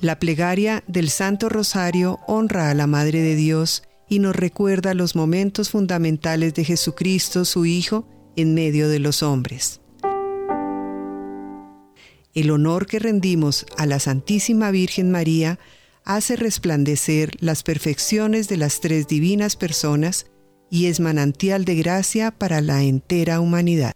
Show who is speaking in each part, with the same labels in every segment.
Speaker 1: La plegaria del Santo Rosario honra a la Madre de Dios y nos recuerda los momentos fundamentales de Jesucristo, su Hijo, en medio de los hombres. El honor que rendimos a la Santísima Virgen María hace resplandecer las perfecciones de las tres divinas personas y es manantial de gracia para la entera humanidad.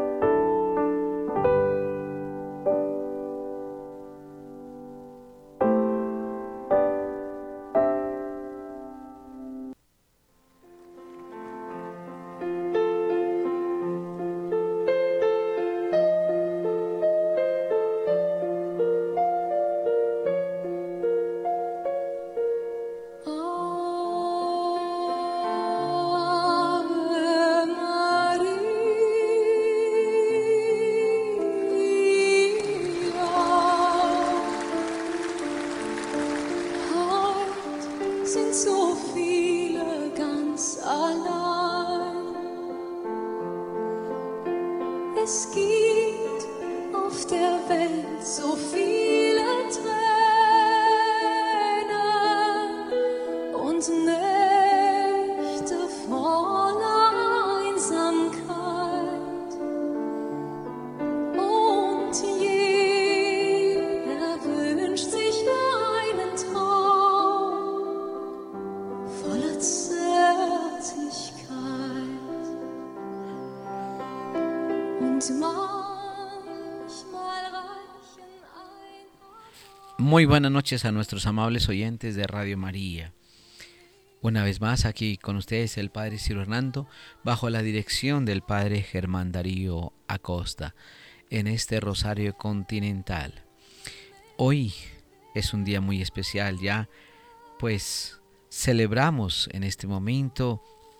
Speaker 2: Muy buenas noches a nuestros amables oyentes de Radio María. Una vez más aquí con ustedes el Padre Ciro Hernando, bajo la dirección del Padre Germán Darío Acosta, en este Rosario Continental. Hoy es un día muy especial, ya pues celebramos en este momento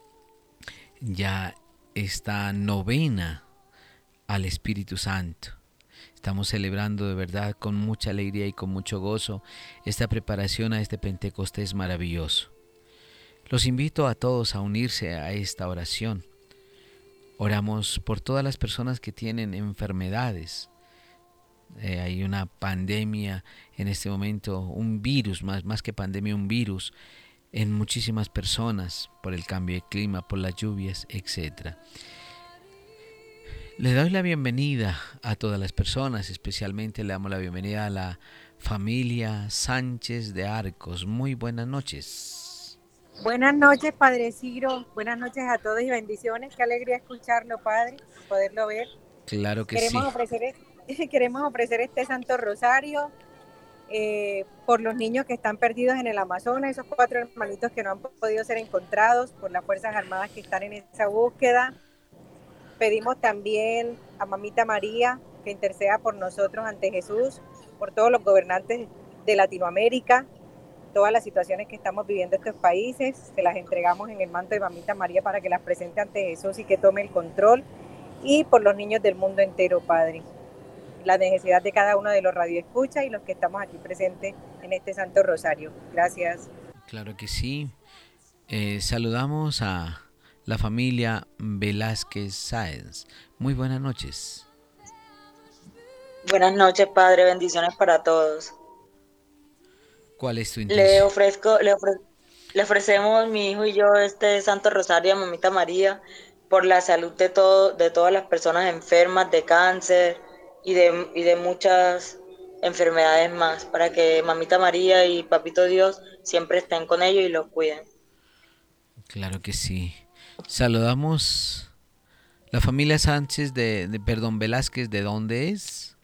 Speaker 2: ya esta novena al Espíritu Santo. Estamos celebrando de verdad con mucha alegría y con mucho gozo esta preparación a este Pentecostés maravilloso. Los invito a todos a unirse a esta oración. Oramos por todas las personas que tienen enfermedades. Hay una pandemia en este momento, un virus, más que pandemia, un virus en muchísimas personas por el cambio de clima, por las lluvias, etc. Le doy la bienvenida a todas las personas, especialmente le damos la bienvenida a la familia Sánchez de Arcos. Muy buenas noches.
Speaker 3: Buenas noches, Padre Ciro. Buenas noches a todos y bendiciones. Qué alegría escucharlo, Padre, poderlo ver.
Speaker 2: Claro que
Speaker 3: queremos
Speaker 2: sí.
Speaker 3: Queremos ofrecer este Santo Rosario por los niños que están perdidos en el Amazonas, esos 4 hermanitos que no han podido ser encontrados, por las Fuerzas Armadas que están en esa búsqueda. Pedimos también a Mamita María que interceda por nosotros ante Jesús, por todos los gobernantes de Latinoamérica, todas las situaciones que estamos viviendo en estos países. Se las entregamos en el manto de Mamita María para que las presente ante Jesús y que tome el control. Y por los niños del mundo entero, Padre. La necesidad de cada uno de los radioescuchas y los que estamos aquí presentes en este Santo Rosario. Gracias.
Speaker 2: Claro que sí. Saludamos a la familia Velázquez Sáenz. Muy buenas noches.
Speaker 4: Buenas noches, Padre. Bendiciones para todos.
Speaker 2: ¿Cuál es tu intención?
Speaker 4: Le ofrecemos mi hijo y yo este Santo Rosario a Mamita María por la salud de todas las personas enfermas de cáncer y de muchas enfermedades más, para que Mamita María y Papito Dios siempre estén con ellos y los cuiden.
Speaker 2: Claro que sí. Saludamos la familia Sánchez Velázquez, ¿de dónde es?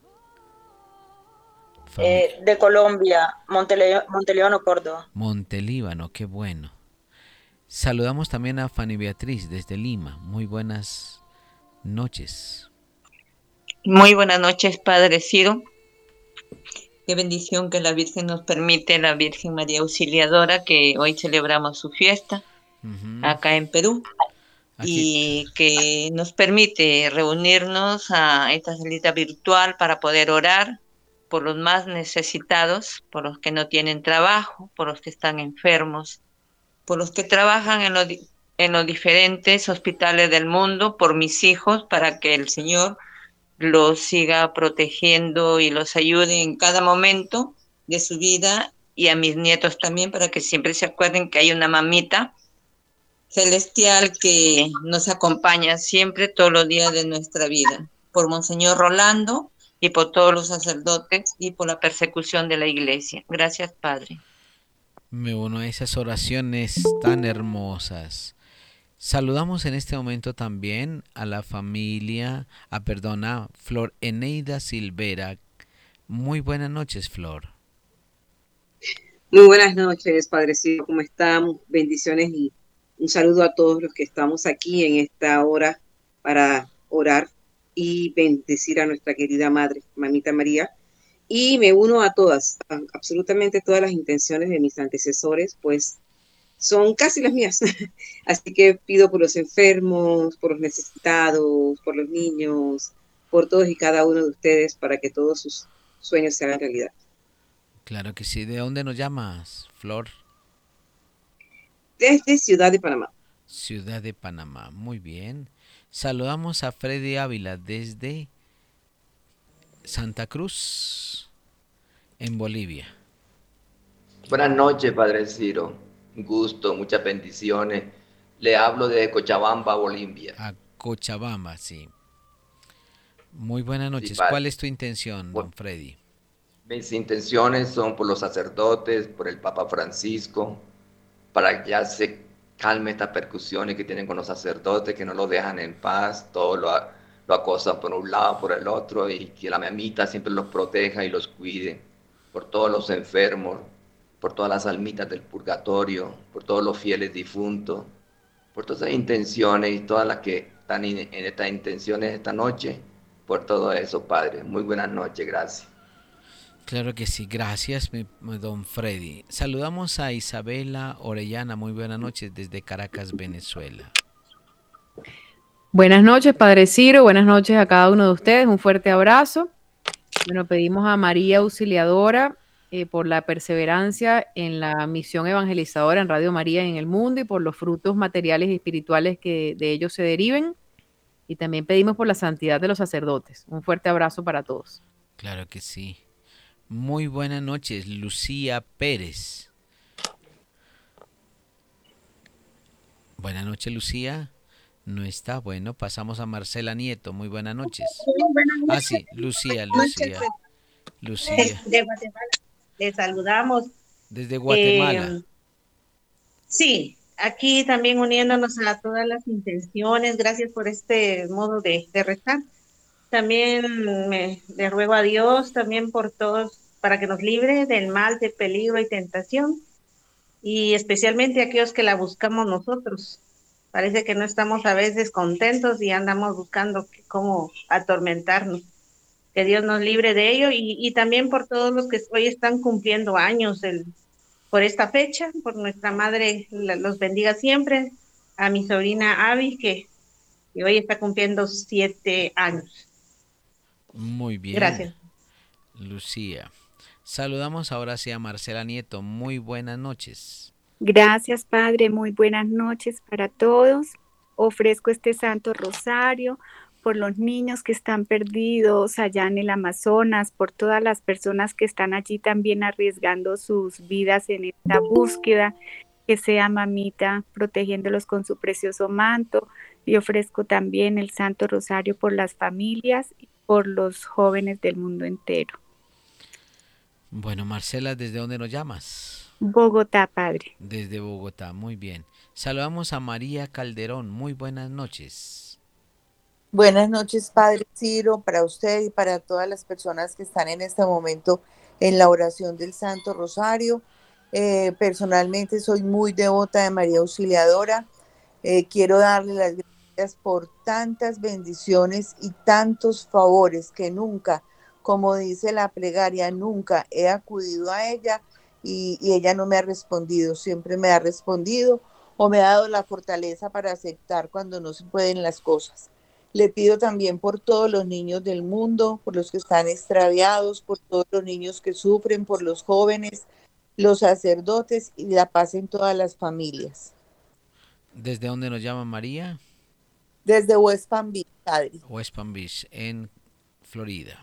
Speaker 4: De Colombia, Montelíbano, Córdoba.
Speaker 2: Montelíbano, qué bueno. Saludamos también a Fanny Beatriz desde Lima. Muy buenas noches.
Speaker 5: Muy buenas noches, Padre Ciro. Qué bendición que la Virgen nos permite, la Virgen María Auxiliadora, que hoy celebramos su fiesta acá en Perú. Y que nos permite reunirnos a esta salita virtual para poder orar por los más necesitados, por los que no tienen trabajo, por los que están enfermos, por los que trabajan en los diferentes hospitales del mundo, por mis hijos, para que el Señor los siga protegiendo y los ayude en cada momento, de su vida, y a mis nietos también, para que siempre se acuerden que hay una mamita celestial que nos acompaña siempre todos los días de nuestra vida. Por Monseñor Rolando y por todos los sacerdotes y por la persecución de la iglesia. Gracias, Padre.
Speaker 2: Me uno a esas oraciones tan hermosas. Saludamos en este momento también a la familia, a Flor Eneida Silvera. Muy buenas noches, Flor.
Speaker 6: Muy buenas noches, Padrecito, ¿cómo están? Bendiciones y un saludo a todos los que estamos aquí en esta hora para orar y bendecir a nuestra querida Madre, Mamita María. Y me uno a todas, absolutamente todas las intenciones de mis antecesores, pues son casi las mías. Así que pido por los enfermos, por los necesitados, por los niños, por todos y cada uno de ustedes para que todos sus sueños se hagan realidad.
Speaker 2: Claro que sí. ¿De dónde nos llamas, Flor?
Speaker 6: Desde Ciudad de Panamá.
Speaker 2: Ciudad de Panamá, muy bien. Saludamos a Freddy Ávila desde Santa Cruz, en Bolivia.
Speaker 7: Buenas noches, Padre Ciro. Un gusto, muchas bendiciones. Le hablo de Cochabamba, Bolivia.
Speaker 2: A Cochabamba, sí. Muy buenas noches.
Speaker 7: Sí,
Speaker 2: ¿Cuál es tu intención, don Freddy?
Speaker 7: Mis intenciones son por los sacerdotes, por el Papa Francisco, para que ya se calme estas percusiones que tienen con los sacerdotes, que no los dejan en paz, todo lo acosan por un lado, por el otro, y que la mamita siempre los proteja y los cuide, por todos los enfermos, por todas las almitas del purgatorio, por todos los fieles difuntos, por todas esas intenciones y todas las que están en estas intenciones esta noche, por todo eso, Padre. Muy buenas noches, gracias.
Speaker 2: Claro que sí, gracias, don Freddy. Saludamos a Isabela Orellana, muy buenas noches desde Caracas, Venezuela.
Speaker 8: Buenas noches, Padre Ciro, buenas noches a cada uno de ustedes, un fuerte abrazo. Bueno, pedimos a María Auxiliadora por la perseverancia en la misión evangelizadora en Radio María en el mundo y por los frutos materiales y espirituales que de ellos se deriven. Y también pedimos por la santidad de los sacerdotes. Un fuerte abrazo para todos.
Speaker 2: Claro que sí. Muy buenas noches, Lucía Pérez. Buenas noches, Lucía. No está, bueno, pasamos a Marcela Nieto. Muy buenas noches.
Speaker 9: Buenas noches.
Speaker 2: Sí, Lucía.
Speaker 9: De Guatemala. Les saludamos.
Speaker 2: Desde Guatemala.
Speaker 9: Sí, aquí también uniéndonos a todas las intenciones. Gracias por este modo de rezar. También le ruego a Dios también por todos, para que nos libre del mal, de peligro y tentación, y especialmente aquellos que la buscamos nosotros. Parece que no estamos a veces contentos y andamos buscando cómo atormentarnos. Que Dios nos libre de ello y también por todos los que hoy están cumpliendo años por esta fecha, por nuestra madre, los bendiga siempre. A mi sobrina Abby, que hoy está cumpliendo 7 años.
Speaker 2: Muy bien.
Speaker 9: Gracias.
Speaker 2: Lucía. Saludamos ahora sí a Marcela Nieto. Muy buenas noches.
Speaker 10: Gracias, Padre. Muy buenas noches para todos. Ofrezco este Santo Rosario por los niños que están perdidos allá en el Amazonas, por todas las personas que están allí también arriesgando sus vidas en esta búsqueda, que sea Mamita protegiéndolos con su precioso manto. Y ofrezco también el Santo Rosario por las familias y por los jóvenes del mundo entero.
Speaker 2: Bueno, Marcela, ¿desde dónde nos llamas?
Speaker 10: Bogotá, Padre.
Speaker 2: Desde Bogotá, muy bien. Saludamos a María Calderón. Muy buenas noches.
Speaker 11: Buenas noches, Padre Ciro, para usted y para todas las personas que están en este momento en la oración del Santo Rosario. Personalmente soy muy devota de María Auxiliadora. Quiero darle las gracias por tantas bendiciones y tantos favores que nunca, como dice la plegaria, nunca he acudido a ella y ella no me ha respondido. Siempre me ha respondido o me ha dado la fortaleza para aceptar cuando no se pueden las cosas. Le pido también por todos los niños del mundo, por los que están extraviados, por todos los niños que sufren, por los jóvenes, los sacerdotes y la paz en todas las familias.
Speaker 2: ¿Desde dónde nos llama María?
Speaker 11: Desde West Palm Beach, Padre.
Speaker 2: West Palm Beach, en Florida.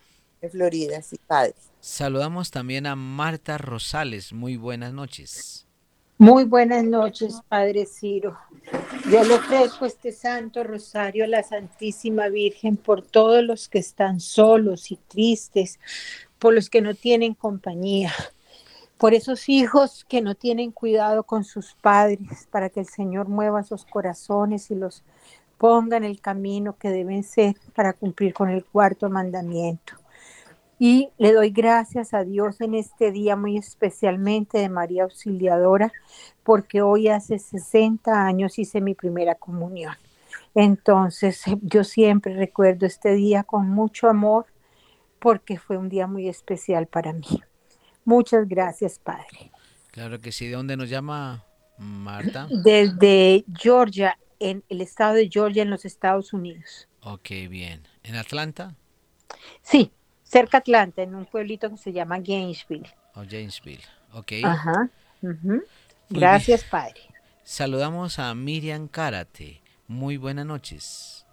Speaker 11: Florida, sí, Padre.
Speaker 2: Saludamos también a Marta Rosales. Muy buenas noches.
Speaker 12: Muy buenas noches, Padre Ciro. Yo le ofrezco este Santo Rosario a la Santísima Virgen por todos los que están solos y tristes, por los que no tienen compañía, por esos hijos que no tienen cuidado con sus padres, para que el Señor mueva sus corazones y los ponga en el camino que deben ser para cumplir con el cuarto mandamiento. Y le doy gracias a Dios en este día, muy especialmente de María Auxiliadora, porque hoy hace 60 años hice mi primera comunión. Entonces, yo siempre recuerdo este día con mucho amor, porque fue un día muy especial para mí. Muchas gracias, Padre.
Speaker 2: Claro que sí. ¿De dónde nos llama Marta?
Speaker 12: Desde Georgia, en el estado de Georgia, en los Estados Unidos.
Speaker 2: Ok, bien. ¿En Atlanta?
Speaker 12: Sí, cerca de Atlanta, en un pueblito que se llama Gainesville.
Speaker 2: Gainesville, ok.
Speaker 12: Ajá. Gracias, Padre.
Speaker 2: Saludamos a Miriam Cárate. Muy buenas noches.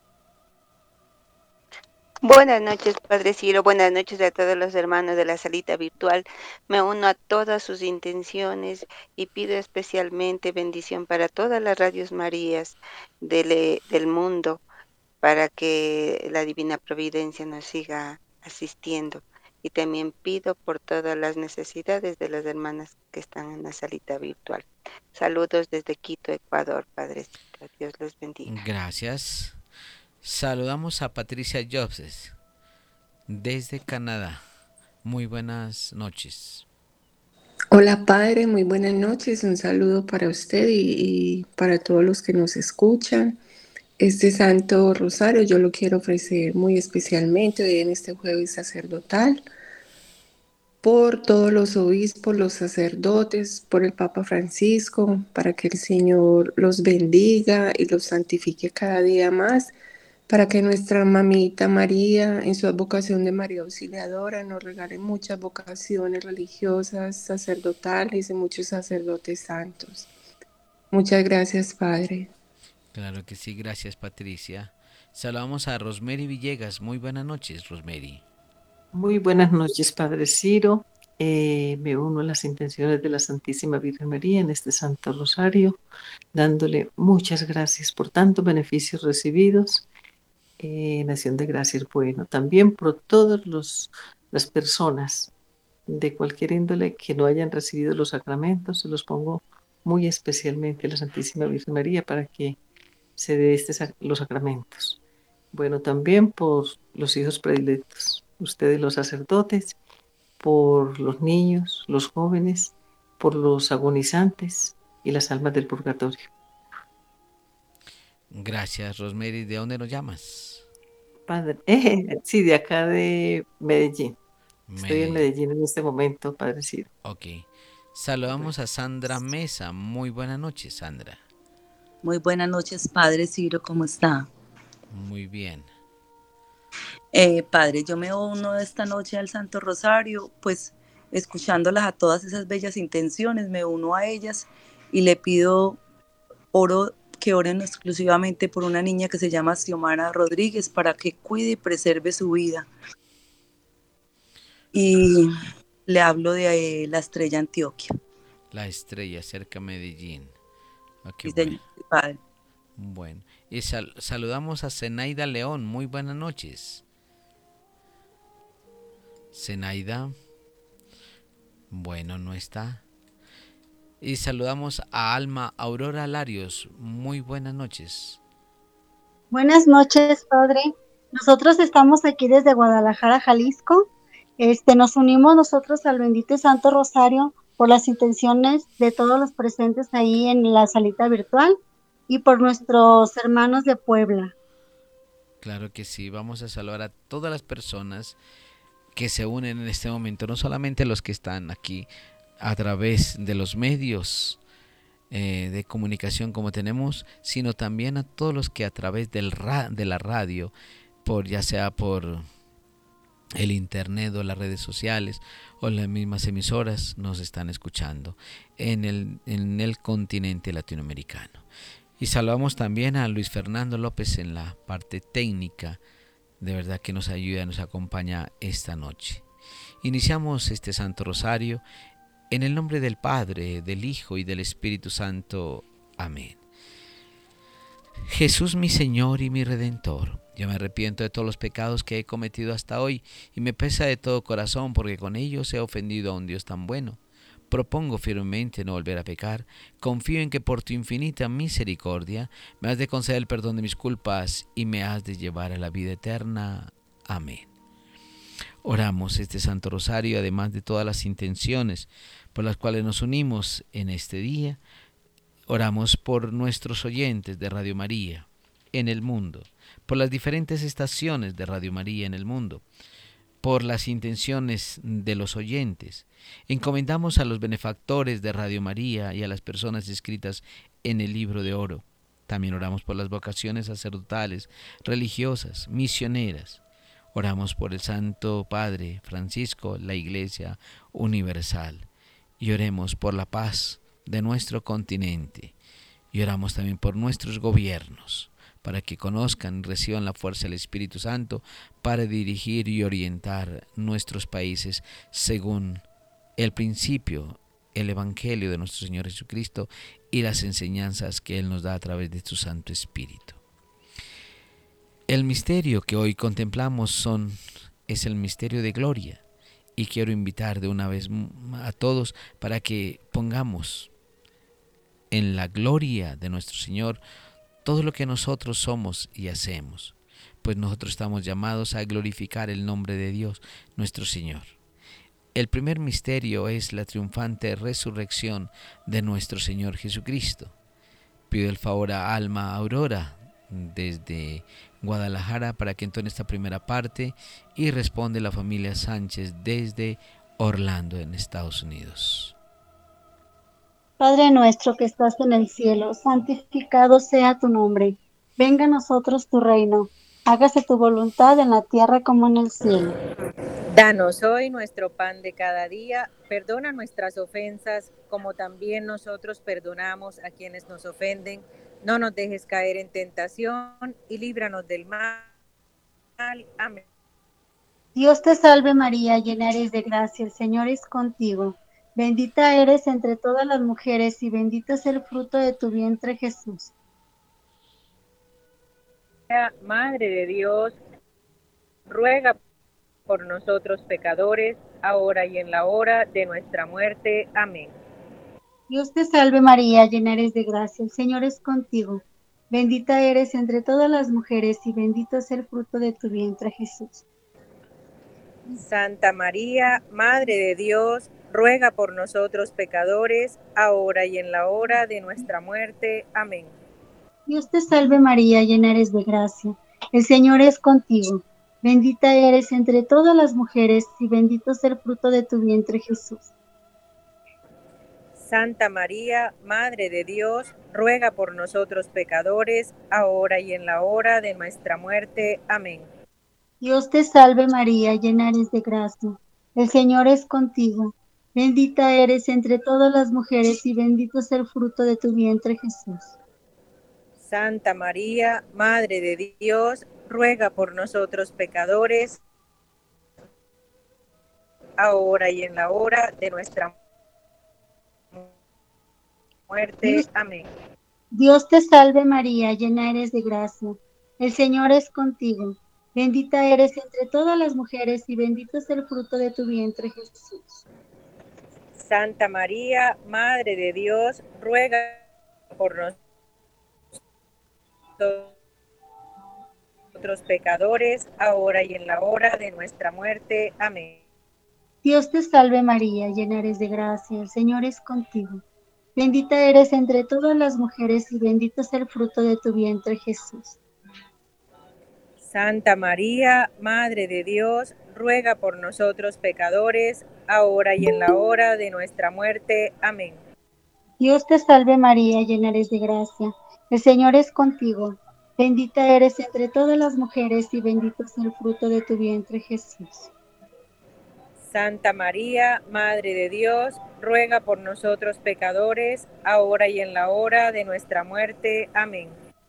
Speaker 13: Buenas noches, Padre Ciro. Buenas noches a todos los hermanos de la salita virtual. Me uno a todas sus intenciones y pido especialmente bendición para todas las radios Marías del mundo, para que la divina providencia nos siga asistiendo. Y también pido por todas las necesidades de las hermanas que están en la salita virtual. Saludos desde Quito, Ecuador, Padre Ciro. Dios los bendiga.
Speaker 2: Gracias. Saludamos a Patricia Jobses desde Canadá. Muy buenas noches.
Speaker 14: Hola, Padre, muy buenas noches. Un saludo para usted y para todos los que nos escuchan. Este Santo Rosario yo lo quiero ofrecer muy especialmente hoy en este jueves sacerdotal por todos los obispos, los sacerdotes, por el Papa Francisco, para que el Señor los bendiga y los santifique cada día más, para que nuestra mamita María, en su advocación de María Auxiliadora, nos regale muchas vocaciones religiosas, sacerdotales y muchos sacerdotes santos. Muchas gracias, Padre.
Speaker 2: Claro que sí, gracias, Patricia. Saludamos a Rosemary Villegas. Muy buenas noches, Rosemary.
Speaker 15: Muy buenas noches, Padre Ciro. Me uno a las intenciones de la Santísima Virgen María en este Santo Rosario, dándole muchas gracias por tantos beneficios recibidos. Nación de gracias, bueno, también por todas las personas de cualquier índole que no hayan recibido los sacramentos, se los pongo muy especialmente a la Santísima Virgen María para que se dé los sacramentos. Bueno, también por los hijos predilectos, ustedes los sacerdotes, por los niños, los jóvenes, por los agonizantes y las almas del purgatorio.
Speaker 2: Gracias, Rosemary. ¿De dónde nos llamas?
Speaker 15: Padre, sí, de acá de Medellín. Estoy en Medellín en este momento, Padre Ciro.
Speaker 2: Ok. Saludamos a Sandra Mesa. Muy buenas noches, Sandra.
Speaker 16: Muy buenas noches, Padre Ciro, ¿cómo está?
Speaker 2: Muy bien.
Speaker 16: Padre, yo me uno esta noche al Santo Rosario, pues escuchándolas a todas esas bellas intenciones, me uno a ellas y le pido que oren exclusivamente por una niña que se llama Xiomara Rodríguez para que cuide y preserve su vida. Y le hablo de La Estrella, Antioquia.
Speaker 2: La Estrella, cerca de Medellín. Okay,
Speaker 16: sí, Padre.
Speaker 2: Bueno, y saludamos a Zenaida León. Muy buenas noches. Zenaida. Bueno, no está. Y saludamos a Alma Aurora Larios. Muy buenas noches.
Speaker 17: Buenas noches, Padre. Nosotros estamos aquí desde Guadalajara, Jalisco. Nos unimos nosotros al bendito y Santo Rosario por las intenciones de todos los presentes ahí en la salita virtual y por nuestros hermanos de Puebla.
Speaker 2: Claro que sí, vamos a saludar a todas las personas que se unen en este momento, no solamente los que están aquí a través de los medios de comunicación como tenemos, sino también a todos los que a través de la radio, ya sea por el internet o las redes sociales o las mismas emisoras, nos están escuchando en el continente latinoamericano. Y saludamos también a Luis Fernando López en la parte técnica de verdad que nos ayuda, nos acompaña esta noche. Iniciamos este Santo Rosario en el nombre del Padre, del Hijo y del Espíritu Santo. Amén. Jesús, mi Señor y mi Redentor, yo me arrepiento de todos los pecados que he cometido hasta hoy y me pesa de todo corazón porque con ellos he ofendido a un Dios tan bueno. Propongo firmemente no volver a pecar. Confío en que por tu infinita misericordia me has de conceder el perdón de mis culpas y me has de llevar a la vida eterna. Amén. Oramos este Santo Rosario, además de todas las intenciones por las cuales nos unimos en este día. Oramos por nuestros oyentes de Radio María en el mundo, por las diferentes estaciones de Radio María en el mundo, por las intenciones de los oyentes. Encomendamos a los benefactores de Radio María y a las personas escritas en el libro de oro. También oramos por las vocaciones sacerdotales, religiosas, misioneras. Oramos por el Santo Padre Francisco, la Iglesia Universal. Y oremos por la paz de nuestro continente. Y oramos también por nuestros gobiernos, para que conozcan y reciban la fuerza del Espíritu Santo para dirigir y orientar nuestros países según el principio, el Evangelio de nuestro Señor Jesucristo y las enseñanzas que Él nos da a través de su Santo Espíritu. El misterio que hoy contemplamos es el misterio de gloria, y quiero invitar de una vez a todos para que pongamos en la gloria de nuestro Señor todo lo que nosotros somos y hacemos, pues nosotros estamos llamados a glorificar el nombre de Dios, nuestro Señor. El primer misterio es la triunfante resurrección de nuestro Señor Jesucristo. Pido el favor a Alma Aurora desde Guadalajara para que entone esta primera parte y responde la familia Sánchez desde Orlando en Estados Unidos.
Speaker 17: Padre nuestro que estás en el cielo, santificado sea tu nombre. Venga a nosotros tu reino. Hágase tu voluntad en la tierra como en el cielo.
Speaker 3: Danos hoy nuestro pan de cada día. Perdona nuestras ofensas, como también nosotros perdonamos a quienes nos ofenden. No nos dejes caer en tentación y líbranos del mal. Amén.
Speaker 17: Dios te salve María, llena eres de gracia, el Señor es contigo. Bendita eres entre todas las mujeres y bendito es el fruto de tu vientre, Jesús.
Speaker 3: Madre de Dios, ruega por nosotros pecadores, ahora y en la hora de nuestra muerte. Amén.
Speaker 17: Dios te salve María, llena eres de gracia, el Señor es contigo. Bendita eres entre todas las mujeres y bendito es el fruto de tu vientre, Jesús.
Speaker 3: Santa María, Madre de Dios, ruega por nosotros pecadores, ahora y en la hora de nuestra muerte. Amén.
Speaker 17: Dios te salve María, llena eres de gracia, el Señor es contigo. Bendita eres entre todas las mujeres y bendito es el fruto de tu vientre, Jesús.
Speaker 3: Santa María, Madre de Dios, ruega por nosotros pecadores, ahora y en la hora de nuestra muerte. Amén.
Speaker 17: Dios te salve María, llena eres de gracia, el Señor es contigo. Bendita eres entre todas las mujeres y bendito es el fruto de tu vientre, Jesús.
Speaker 3: Santa María, Madre de Dios, ruega por nosotros pecadores, ahora y en la hora de nuestra muerte. Amén.
Speaker 17: Dios te salve María, llena eres de gracia, el Señor es contigo. Bendita eres entre todas las mujeres y bendito es el fruto de tu vientre, Jesús.
Speaker 3: Santa María, Madre de Dios, ruega por nosotros pecadores, ahora y en la hora de nuestra muerte. Amén.
Speaker 17: Dios te salve María, llena eres de gracia, el Señor es contigo. Bendita eres entre todas las mujeres y bendito es el fruto de tu vientre, Jesús.
Speaker 3: Santa María, Madre de Dios, ruega por nosotros pecadores, ahora y en la hora de nuestra muerte. Amén.
Speaker 17: Dios te salve María, llena eres de gracia, el Señor es contigo. Bendita eres entre todas las mujeres y bendito es el fruto de tu vientre, Jesús.
Speaker 3: Santa María, Madre de Dios, ruega por nosotros pecadores, ahora y en la hora de nuestra muerte. Amén.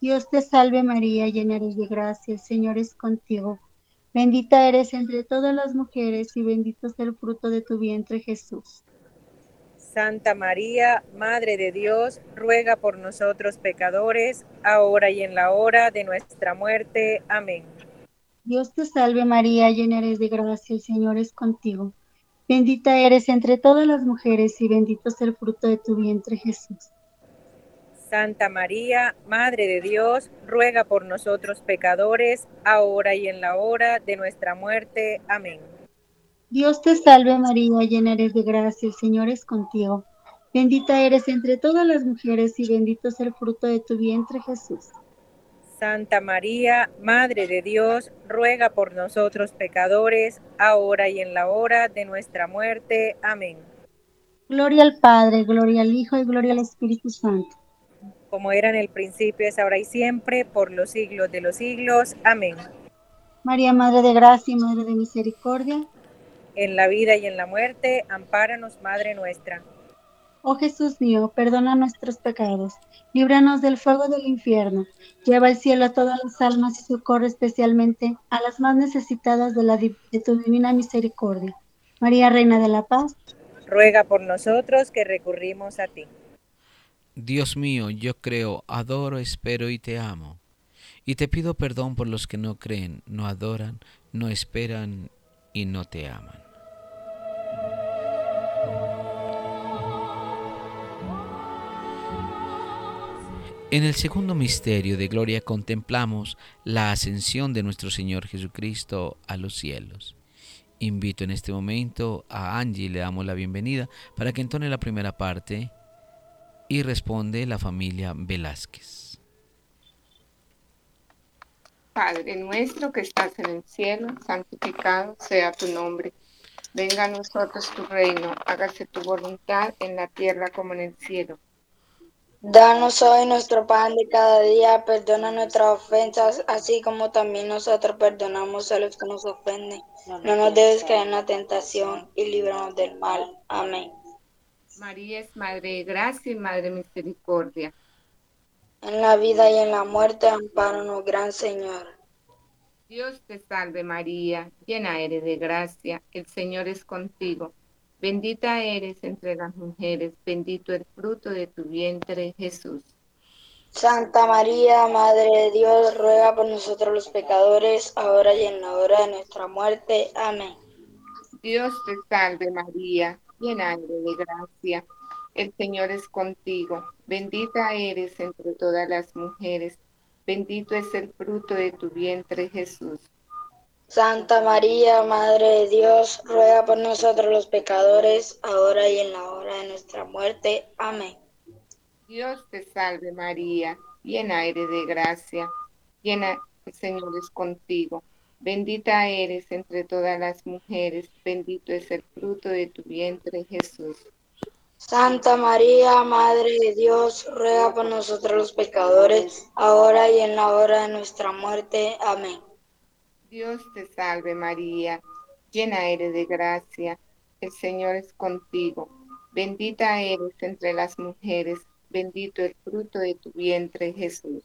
Speaker 17: Dios te salve María, llena eres de gracia, el Señor es contigo. Bendita eres entre todas las mujeres y bendito es el fruto de tu vientre Jesús.
Speaker 3: Santa María, Madre de Dios, ruega por nosotros pecadores, ahora y en la hora de nuestra muerte. Amén.
Speaker 17: Dios te salve María, llena eres de gracia, el Señor es contigo. Bendita eres entre todas las mujeres y bendito es el fruto de tu vientre Jesús.
Speaker 3: Santa María, Madre de Dios, ruega por nosotros pecadores, ahora y en la hora de nuestra muerte. Amén.
Speaker 17: Dios te salve María, llena eres de gracia, el Señor es contigo. Bendita eres entre todas las mujeres y bendito es el fruto de tu vientre Jesús.
Speaker 3: Santa María, Madre de Dios, ruega por nosotros pecadores, ahora y en la hora de nuestra muerte. Amén.
Speaker 17: Gloria al Padre, gloria al Hijo y gloria al Espíritu Santo.
Speaker 3: Como era en el principio, es ahora y siempre, por los siglos de los siglos. Amén.
Speaker 17: María, Madre de gracia y Madre de misericordia.
Speaker 3: En la vida y en la muerte, ampáranos, Madre nuestra.
Speaker 17: Oh Jesús mío, perdona nuestros pecados, líbranos del fuego del infierno, lleva al cielo a todas las almas y socorre especialmente a las más necesitadas de tu divina misericordia. María, Reina de la Paz,
Speaker 3: ruega por nosotros que recurrimos a ti.
Speaker 2: Dios mío, yo creo, adoro, espero y te amo. Y te pido perdón por los que no creen, no adoran, no esperan y no te aman. En el segundo misterio de gloria contemplamos la ascensión de nuestro Señor Jesucristo a los cielos. Invito en este momento a Angie, le damos la bienvenida para que entone la primera parte y responde la familia Velázquez.
Speaker 14: Padre nuestro que estás en el cielo, santificado sea tu nombre. Venga a nosotros tu reino, hágase tu voluntad en la tierra como en el cielo.
Speaker 18: Danos hoy nuestro pan de cada día, perdona nuestras ofensas, así como también nosotros perdonamos a los que nos ofenden. No nos dejes caer en la tentación y líbranos del mal. Amén.
Speaker 14: María es Madre de Gracia y Madre de Misericordia.
Speaker 18: En la vida y en la muerte, ampáranos, Gran Señor.
Speaker 14: Dios te salve María, llena eres de gracia, el Señor es contigo. Bendita eres entre las mujeres, bendito el fruto de tu vientre, Jesús.
Speaker 18: Santa María, Madre de Dios, ruega por nosotros los pecadores, ahora y en la hora de nuestra muerte. Amén.
Speaker 14: Dios te salve María, llena eres de gracia, el Señor es contigo. Bendita eres entre todas las mujeres, bendito es el fruto de tu vientre, Jesús.
Speaker 18: Santa María, Madre de Dios, ruega por nosotros los pecadores, ahora y en la hora de nuestra muerte. Amén.
Speaker 14: Dios te salve María, llena eres de gracia, el Señor es contigo. Bendita eres entre todas las mujeres, bendito es el fruto de tu vientre, Jesús.
Speaker 18: Santa María, Madre de Dios, ruega por nosotros los pecadores, ahora y en la hora de nuestra muerte. Amén.
Speaker 14: Dios te salve María, llena eres de gracia, el Señor es contigo. Bendita eres entre las mujeres, bendito el fruto de tu vientre, Jesús.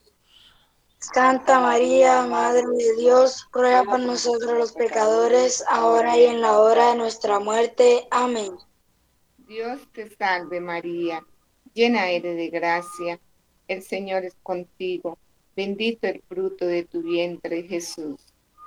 Speaker 18: Santa María, Madre de Dios, ruega por nosotros los pecadores, ahora y en la hora de nuestra muerte. Amén.
Speaker 14: Dios te salve María, llena eres de gracia, el Señor es contigo. Bendito el fruto de tu vientre, Jesús.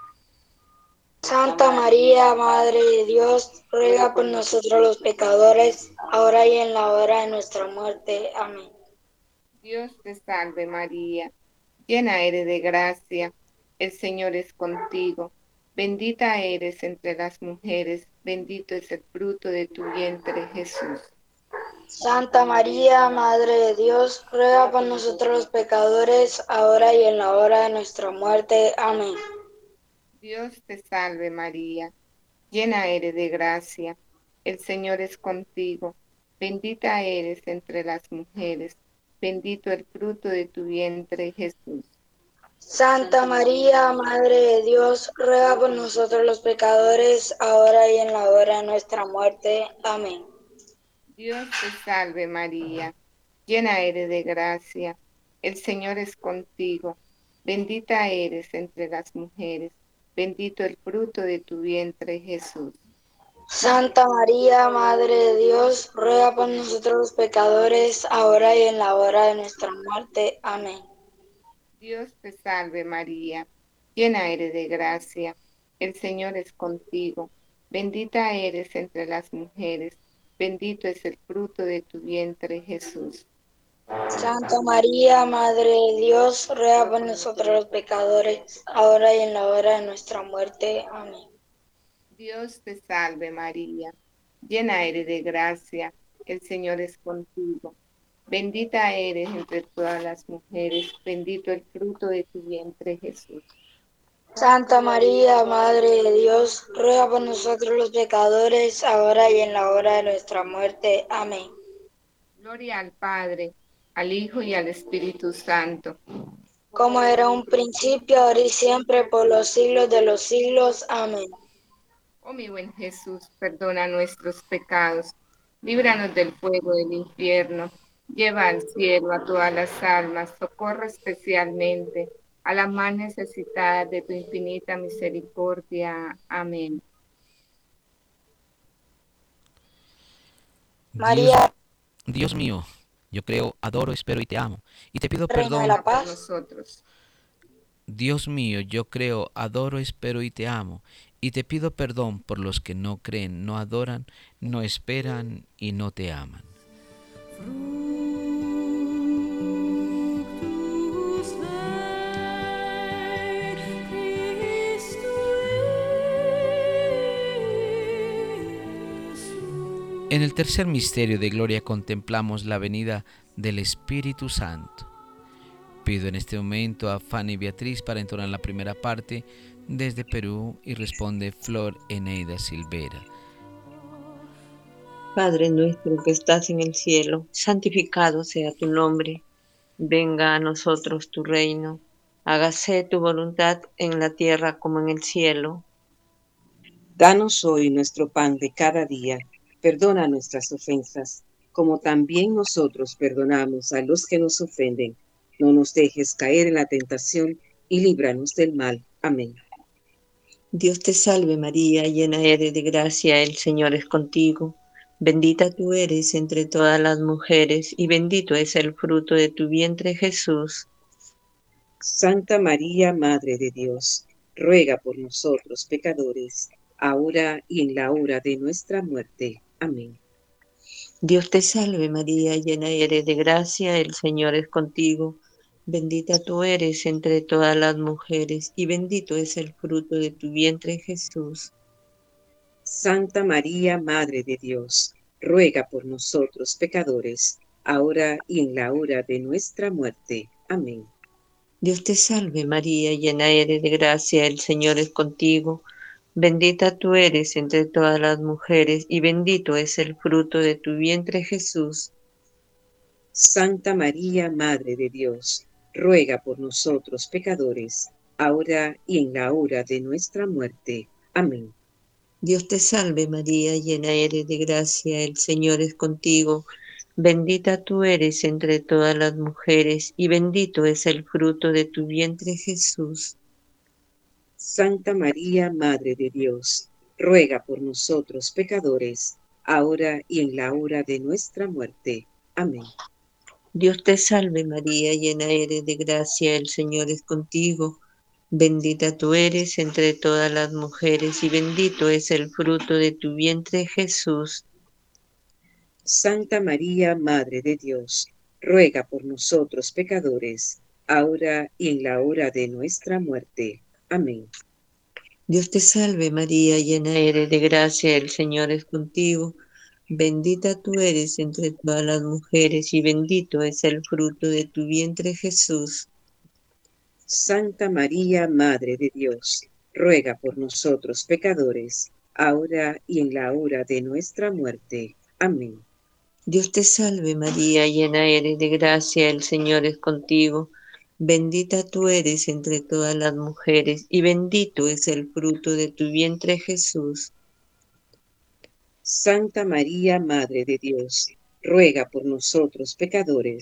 Speaker 18: Santa María, Madre de Dios, ruega por nosotros los pecadores, ahora y en la hora de nuestra muerte. Amén.
Speaker 14: Dios te salve María, llena eres de gracia, el Señor es contigo. Bendita eres entre las mujeres, bendito es el fruto de tu vientre, Jesús.
Speaker 18: Santa María, Madre de Dios, ruega por nosotros los pecadores, ahora y en la hora de nuestra muerte. Amén.
Speaker 14: Dios te salve María, llena eres de gracia, el Señor es contigo. Bendita eres entre las mujeres, bendito el fruto de tu vientre, Jesús.
Speaker 18: Santa María, Madre de Dios, ruega por nosotros los pecadores, ahora y en la hora de nuestra muerte. Amén.
Speaker 14: Dios te salve María, llena eres de gracia, el Señor es contigo. Bendita eres entre las mujeres, bendito el fruto de tu vientre, Jesús.
Speaker 18: Santa María, Madre de Dios, ruega por nosotros los pecadores, ahora y en la hora de nuestra muerte. Amén.
Speaker 14: Dios te salve María, llena eres de gracia, el Señor es contigo. Bendita eres entre las mujeres, bendito es el fruto de tu vientre, Jesús.
Speaker 18: Santa María, Madre de Dios, ruega por nosotros los pecadores, ahora y en la hora de nuestra muerte. Amén.
Speaker 14: Dios te salve María, llena eres de gracia, el Señor es contigo. Bendita eres entre todas las mujeres, bendito el fruto de tu vientre, Jesús.
Speaker 18: Santa María, Madre de Dios, ruega por nosotros los pecadores, ahora y en la hora de nuestra muerte. Amén.
Speaker 14: Gloria al Padre, al Hijo y al Espíritu Santo.
Speaker 18: Como era un principio, ahora y siempre, por los siglos de los siglos. Amén.
Speaker 14: Oh mi buen Jesús, perdona nuestros pecados, líbranos del fuego del infierno, lleva al cielo a todas las almas, socorre especialmente a las más necesitadas de tu infinita misericordia. Amén.
Speaker 18: María,
Speaker 2: Dios mío, yo creo, adoro, espero y te amo, y te pido
Speaker 18: Reina
Speaker 2: perdón
Speaker 18: de la
Speaker 14: por
Speaker 18: paz.
Speaker 14: nosotros.
Speaker 2: Dios mío, yo creo, adoro, espero y te amo, y te pido perdón por los que no creen, no adoran, no esperan y no te aman. En el tercer misterio de gloria contemplamos la venida del Espíritu Santo. Pido en este momento a Fanny Beatriz para entonar la primera parte desde Perú y responde Flor Eneida Silvera.
Speaker 5: Padre nuestro que estás en el cielo, santificado sea tu nombre. Venga a nosotros tu reino. Hágase tu voluntad en la tierra como en el cielo.
Speaker 6: Danos hoy nuestro pan de cada día. Perdona nuestras ofensas, como también nosotros perdonamos a los que nos ofenden. No nos dejes caer en la tentación y líbranos del mal. Amén.
Speaker 5: Dios te salve María, llena eres de gracia, el Señor es contigo. Bendita tú eres entre todas las mujeres, y bendito es el fruto de tu vientre, Jesús.
Speaker 6: Santa María, Madre de Dios, ruega por nosotros pecadores, ahora y en la hora de nuestra muerte. Amén.
Speaker 5: Dios te salve María, llena eres de gracia, el Señor es contigo. Bendita tú eres entre todas las mujeres, y bendito es el fruto de tu vientre, Jesús.
Speaker 6: Santa María, Madre de Dios, ruega por nosotros pecadores, ahora y en la hora de nuestra muerte. Amén.
Speaker 5: Dios te salve María, llena eres de gracia, el Señor es contigo. Bendita tú eres entre todas las mujeres, y bendito es el fruto de tu vientre, Jesús.
Speaker 6: Santa María, Madre de Dios, ruega por nosotros pecadores, ahora y en la hora de nuestra muerte. Amén.
Speaker 5: Dios te salve María, llena eres de gracia, el Señor es contigo. Bendita tú eres entre todas las mujeres, y bendito es el fruto de tu vientre, Jesús.
Speaker 6: Santa María, Madre de Dios, ruega por nosotros pecadores, ahora y en la hora de nuestra muerte. Amén.
Speaker 5: Dios te salve María, llena eres de gracia, el Señor es contigo. Bendita tú eres entre todas las mujeres, y bendito es el fruto de tu vientre, Jesús.
Speaker 6: Santa María, Madre de Dios, ruega por nosotros pecadores, ahora y en la hora de nuestra muerte. Amén.
Speaker 5: Dios te salve María, llena eres de gracia, el Señor es contigo. Bendita tú eres entre todas las mujeres, y bendito es el fruto de tu vientre, Jesús.
Speaker 6: Santa María, Madre de Dios, ruega por nosotros pecadores, ahora y en la hora de nuestra muerte. Amén.
Speaker 5: Dios te salve María, llena eres de gracia, el Señor es contigo. Bendita tú eres entre todas las mujeres, y bendito es el fruto de tu vientre, Jesús.
Speaker 6: Santa María, Madre de Dios, ruega por nosotros pecadores,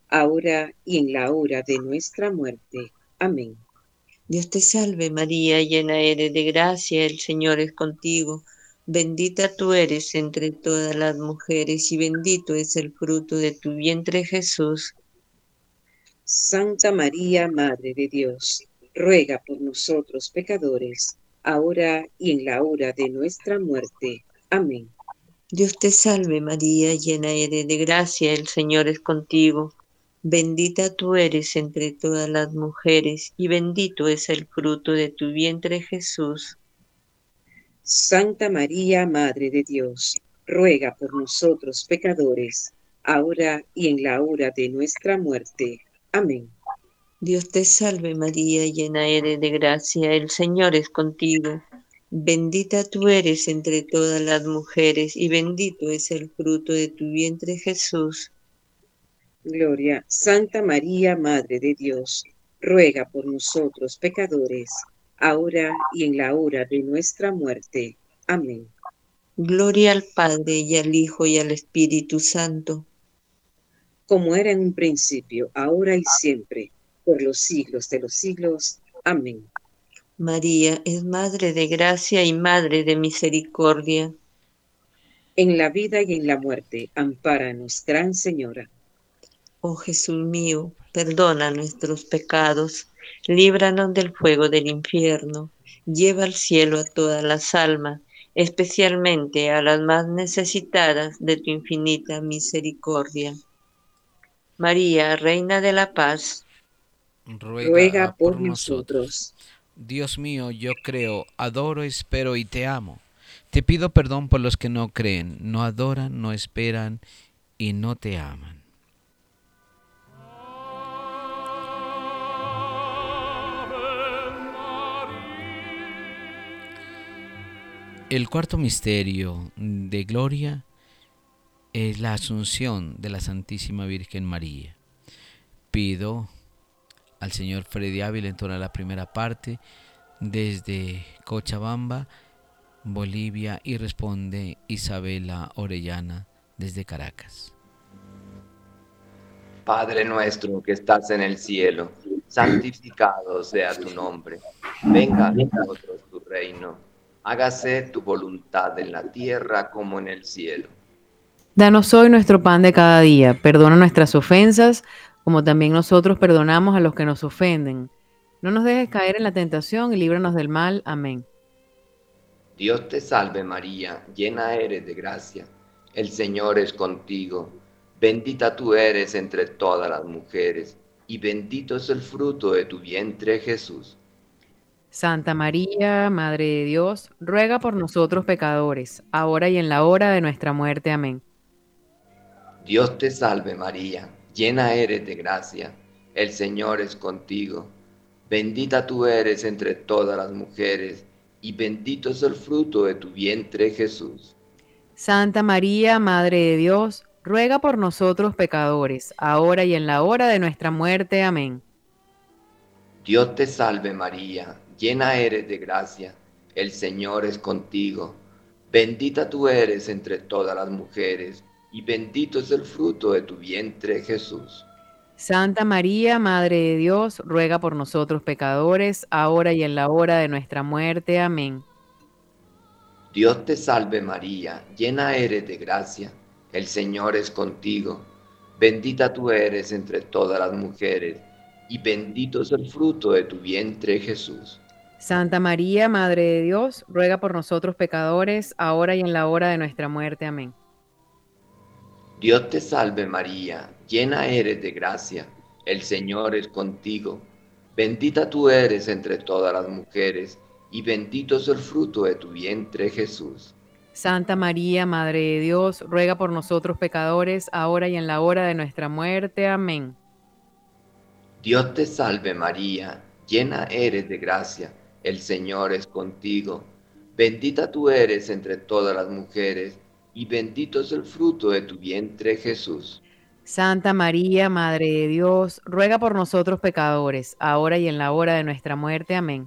Speaker 6: ahora y en la hora de nuestra muerte. Amén.
Speaker 5: Dios te salve María, llena eres de gracia, el Señor es contigo. Bendita tú eres entre todas las mujeres y bendito es el fruto de tu vientre Jesús.
Speaker 6: Santa María, Madre de Dios, ruega por nosotros pecadores, ahora y en la hora de nuestra muerte. Amén.
Speaker 5: Dios te salve María, llena eres de gracia, el Señor es contigo. Bendita tú eres entre todas las mujeres y bendito es el fruto de tu vientre Jesús.
Speaker 6: Santa María, Madre de Dios, ruega por nosotros pecadores, ahora y en la hora de nuestra muerte. Amén.
Speaker 5: Dios te salve María, llena eres de gracia, el Señor es contigo. Bendita tú eres entre todas las mujeres y bendito es el fruto de tu vientre Jesús.
Speaker 6: Gloria, Santa María, Madre de Dios, ruega por nosotros pecadores, ahora y en la hora de nuestra muerte. Amén.
Speaker 5: Gloria al Padre y al Hijo y al Espíritu Santo.
Speaker 6: Como era en un principio, ahora y siempre, por los siglos de los siglos. Amén.
Speaker 5: María es Madre de gracia y Madre de misericordia.
Speaker 6: En la vida y en la muerte, ampáranos, Gran Señora.
Speaker 5: Oh Jesús mío, perdona nuestros pecados, líbranos del fuego del infierno, lleva al cielo a todas las almas, especialmente a las más necesitadas de tu infinita misericordia. María, Reina de la Paz,
Speaker 6: ruega por nosotros.
Speaker 2: Dios mío, yo creo, adoro, espero y te amo. Te pido perdón por los que no creen, no adoran, no esperan y no te aman. El cuarto misterio de gloria es la asunción de la Santísima Virgen María. Pido al Señor Freddy Ávila entonar la primera parte desde Cochabamba, Bolivia, y responde Isabela Orellana desde Caracas.
Speaker 7: Padre nuestro que estás en el cielo, santificado sea tu nombre. Venga a nosotros tu reino. Hágase tu voluntad en la tierra como en el cielo.
Speaker 8: Danos hoy nuestro pan de cada día. Perdona nuestras ofensas, como también nosotros perdonamos a los que nos ofenden. No nos dejes caer en la tentación y líbranos del mal. Amén.
Speaker 7: Dios te salve María, llena eres de gracia. El Señor es contigo. Bendita tú eres entre todas las mujeres, y bendito es el fruto de tu vientre Jesús.
Speaker 8: Santa María, Madre de Dios, ruega por nosotros pecadores, ahora y en la hora de nuestra muerte. Amén.
Speaker 7: Dios te salve María, llena eres de gracia, el Señor es contigo. Bendita tú eres entre todas las mujeres, y bendito es el fruto de tu vientre Jesús.
Speaker 8: Santa María, Madre de Dios, ruega por nosotros pecadores, ahora y en la hora de nuestra muerte. Amén.
Speaker 7: Dios te salve María, llena eres de gracia, el Señor es contigo. Bendita tú eres entre todas las mujeres, y bendito es el fruto de tu vientre Jesús.
Speaker 8: Santa María, Madre de Dios, ruega por nosotros pecadores, ahora y en la hora de nuestra muerte. Amén.
Speaker 7: Dios te salve María, llena eres de gracia, el Señor es contigo. Bendita tú eres entre todas las mujeres, y bendito es el fruto de tu vientre Jesús.
Speaker 8: Santa María, Madre de Dios, ruega por nosotros pecadores, ahora y en la hora de nuestra muerte. Amén.
Speaker 7: Dios te salve María, llena eres de gracia, el Señor es contigo. Bendita tú eres entre todas las mujeres, y bendito es el fruto de tu vientre Jesús.
Speaker 8: Santa María, Madre de Dios, ruega por nosotros pecadores, ahora y en la hora de nuestra muerte. Amén.
Speaker 7: Dios te salve María, llena eres de gracia, el Señor es contigo. Bendita tú eres entre todas las mujeres, y bendito es el fruto de tu vientre Jesús.
Speaker 8: Santa María, Madre de Dios, ruega por nosotros pecadores, ahora y en la hora de nuestra muerte. Amén.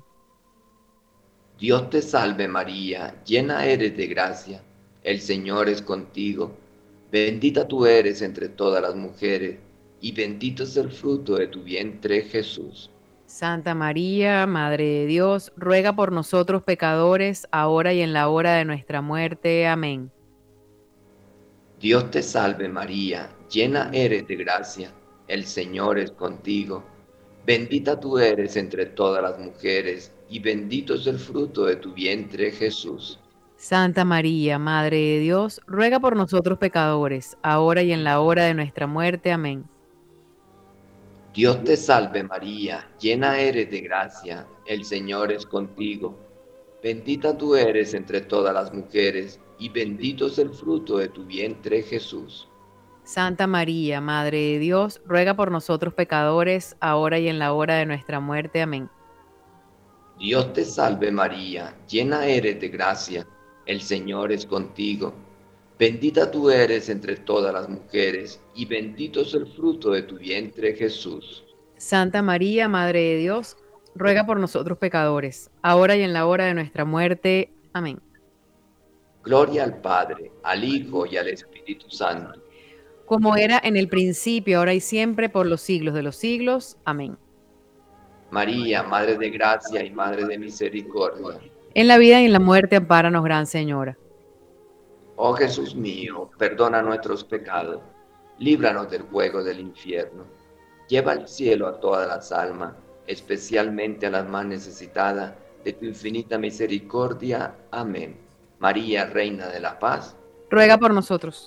Speaker 7: Dios te salve María, llena eres de gracia, el Señor es contigo. Bendita tú eres entre todas las mujeres, y bendito es el fruto de tu vientre, Jesús.
Speaker 8: Santa María, Madre de Dios, ruega por nosotros pecadores, ahora y en la hora de nuestra muerte. Amén.
Speaker 7: Dios te salve María, llena eres de gracia, el Señor es contigo. Bendita tú eres entre todas las mujeres, y bendito es el fruto de tu vientre, Jesús.
Speaker 8: Santa María, Madre de Dios, ruega por nosotros pecadores, ahora y en la hora de nuestra muerte. Amén.
Speaker 7: Dios te salve María, llena eres de gracia, el Señor es contigo. Bendita tú eres entre todas las mujeres, y bendito es el fruto de tu vientre, Jesús.
Speaker 8: Santa María, Madre de Dios, ruega por nosotros pecadores, ahora y en la hora de nuestra muerte. Amén.
Speaker 7: Dios te salve María, llena eres de gracia, el Señor es contigo. Bendita tú eres entre todas las mujeres, y bendito es el fruto de tu vientre, Jesús.
Speaker 8: Santa María, Madre de Dios, ruega por nosotros pecadores, ahora y en la hora de nuestra muerte. Amén.
Speaker 7: Gloria al Padre, al Hijo y al Espíritu Santo.
Speaker 8: Como era en el principio, ahora y siempre, por los siglos de los siglos. Amén.
Speaker 7: María, Madre de gracia y Madre de misericordia.
Speaker 8: En la vida y en la muerte, ampáranos, Gran Señora.
Speaker 7: Oh Jesús mío, perdona nuestros pecados, líbranos del fuego del infierno. Lleva al cielo a todas las almas, especialmente a las más necesitadas de tu infinita misericordia. Amén. María, Reina de la Paz,
Speaker 8: ruega por nosotros.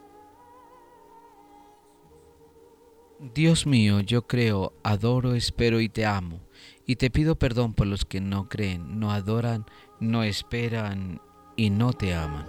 Speaker 2: Dios mío, yo creo, adoro, espero y te amo, y te pido perdón por los que no creen, no adoran, no esperan y no te aman.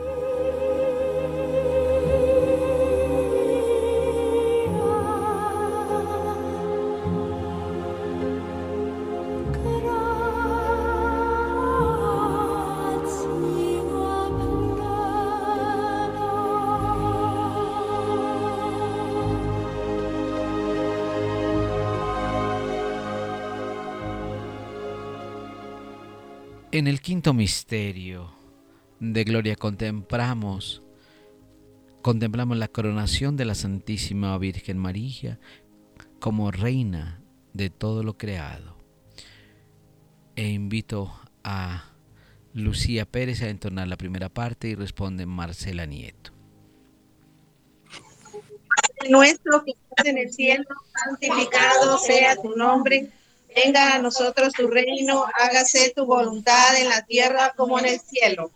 Speaker 2: En el quinto misterio de gloria contemplamos la coronación de la Santísima Virgen María como reina de todo lo creado. E invito a Lucía Pérez a entonar la primera parte y responde Marcela Nieto.
Speaker 9: Padre nuestro que estás en el cielo, santificado sea tu nombre. Venga a nosotros tu reino, hágase tu voluntad en la tierra como en el cielo.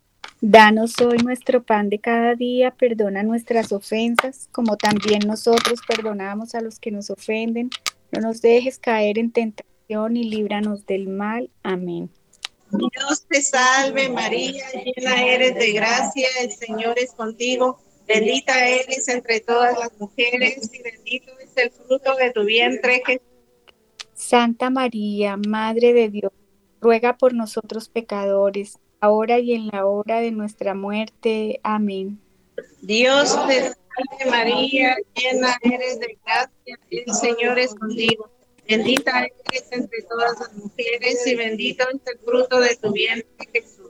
Speaker 10: Danos hoy nuestro pan de cada día, perdona nuestras ofensas, como también nosotros perdonamos a los que nos ofenden. No nos dejes caer en tentación y líbranos del mal. Amén.
Speaker 9: Dios te salve María, llena eres de gracia, el Señor es contigo. Bendita eres entre todas las mujeres y bendito es el fruto de tu vientre, Jesús.
Speaker 10: Santa María, Madre de Dios, ruega por nosotros pecadores, ahora y en la hora de nuestra muerte. Amén.
Speaker 9: Dios te salve María, llena eres de gracia, el Señor es contigo. Bendita eres entre todas las mujeres y bendito es el fruto de tu vientre, Jesús.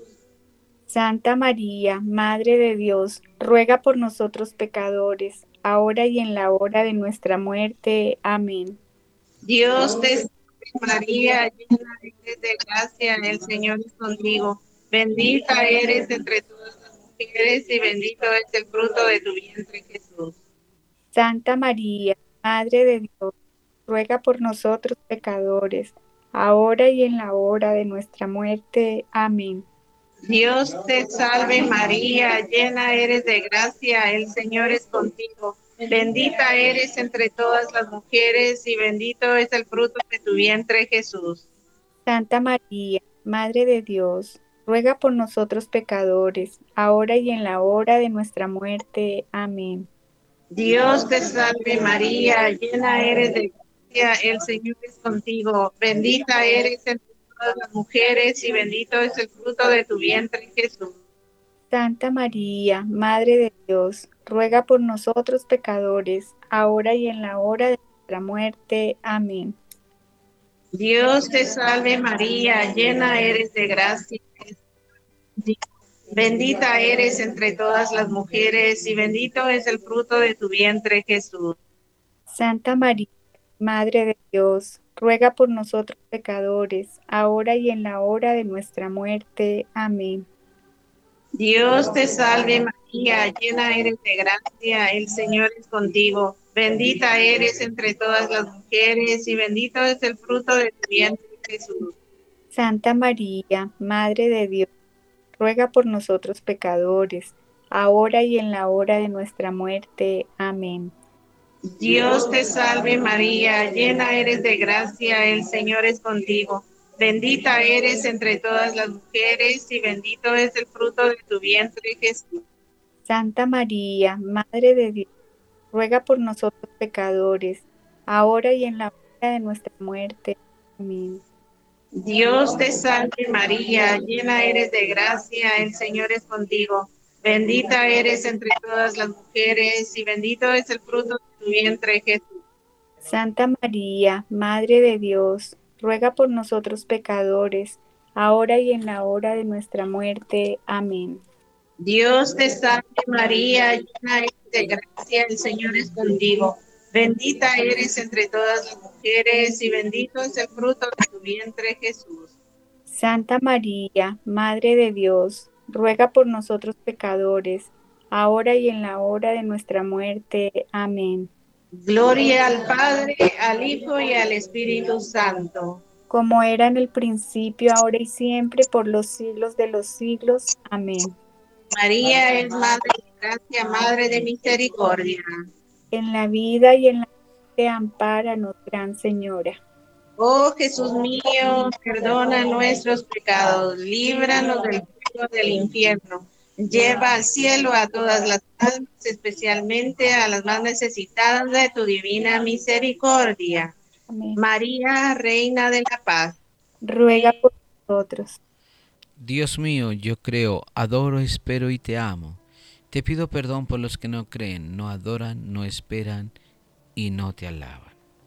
Speaker 10: Santa María, Madre de Dios, ruega por nosotros pecadores, ahora y en la hora de nuestra muerte. Amén.
Speaker 9: Dios te salve María, llena eres de gracia, el Señor es contigo. Bendita eres entre todas las mujeres y bendito es el fruto de tu vientre, Jesús.
Speaker 10: Santa María, Madre de Dios, ruega por nosotros pecadores, ahora y en la hora de nuestra muerte. Amén.
Speaker 9: Dios te salve María, llena eres de gracia, el Señor es contigo. Bendita eres entre todas las mujeres y bendito es el fruto de tu vientre, Jesús.
Speaker 10: Santa María, Madre de Dios, ruega por nosotros pecadores, ahora y en la hora de nuestra muerte. Amén.
Speaker 9: Dios te salve María, llena eres de gracia, el Señor es contigo. Bendita eres entre todas las mujeres y bendito es el fruto de tu vientre, Jesús.
Speaker 10: Santa María, Madre de Dios, ruega por nosotros pecadores, ahora y en la hora de nuestra muerte. Amén.
Speaker 9: Dios te salve María, llena eres de gracia. Bendita eres entre todas las mujeres y bendito es el fruto de tu vientre, Jesús.
Speaker 10: Santa María, Madre de Dios, ruega por nosotros pecadores, ahora y en la hora de nuestra muerte. Amén.
Speaker 9: Dios te salve María, llena eres de gracia, el Señor es contigo. Bendita eres entre todas las mujeres y bendito es el fruto de tu vientre, Jesús.
Speaker 10: Santa María, Madre de Dios, ruega por nosotros pecadores, ahora y en la hora de nuestra muerte. Amén.
Speaker 9: Dios te salve María, llena eres de gracia, el Señor es contigo. Bendita eres entre todas las mujeres y bendito es el fruto de tu vientre, Jesús.
Speaker 10: Santa María, Madre de Dios, ruega por nosotros pecadores, ahora y en la hora de nuestra muerte. Amén.
Speaker 9: Dios te salve María, llena eres de gracia, el Señor es contigo. Bendita eres entre todas las mujeres y bendito es el fruto de tu vientre, Jesús.
Speaker 10: Santa María, Madre de Dios, ruega por nosotros pecadores, ahora y en la hora de nuestra muerte. Amén.
Speaker 9: Dios te salve María, llena eres de gracia, el Señor es contigo. Bendita eres entre todas las mujeres y bendito es el fruto de tu vientre, Jesús.
Speaker 10: Santa María, Madre de Dios, ruega por nosotros pecadores, ahora y en la hora de nuestra muerte. Amén.
Speaker 9: Gloria al Padre, al Hijo y al Espíritu Santo.
Speaker 10: Como era en el principio, ahora y siempre, por los siglos de los siglos. Amén.
Speaker 9: María es Madre de Gracia, Madre de Misericordia.
Speaker 10: En la vida y en la muerte, ampáranos, Gran Señora.
Speaker 9: Oh Jesús mío, perdona nuestros pecados, líbranos del fuego del infierno. Lleva al cielo a todas las almas, especialmente a las más necesitadas de tu divina misericordia.
Speaker 10: Amén.
Speaker 9: María, Reina de la Paz,
Speaker 10: ruega por nosotros.
Speaker 2: Dios mío, yo creo, adoro, espero y te amo. Te pido perdón por los que no creen, no adoran, no esperan y no te alaban.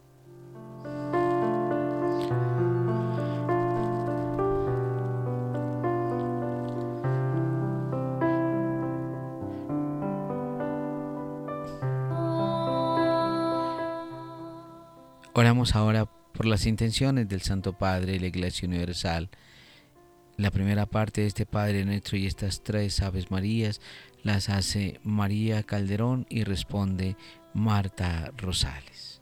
Speaker 2: Oramos ahora por las intenciones del Santo Padre y la Iglesia Universal. La primera parte de este Padre Nuestro y estas tres Aves Marías las hace María Calderón y responde Marta Rosales.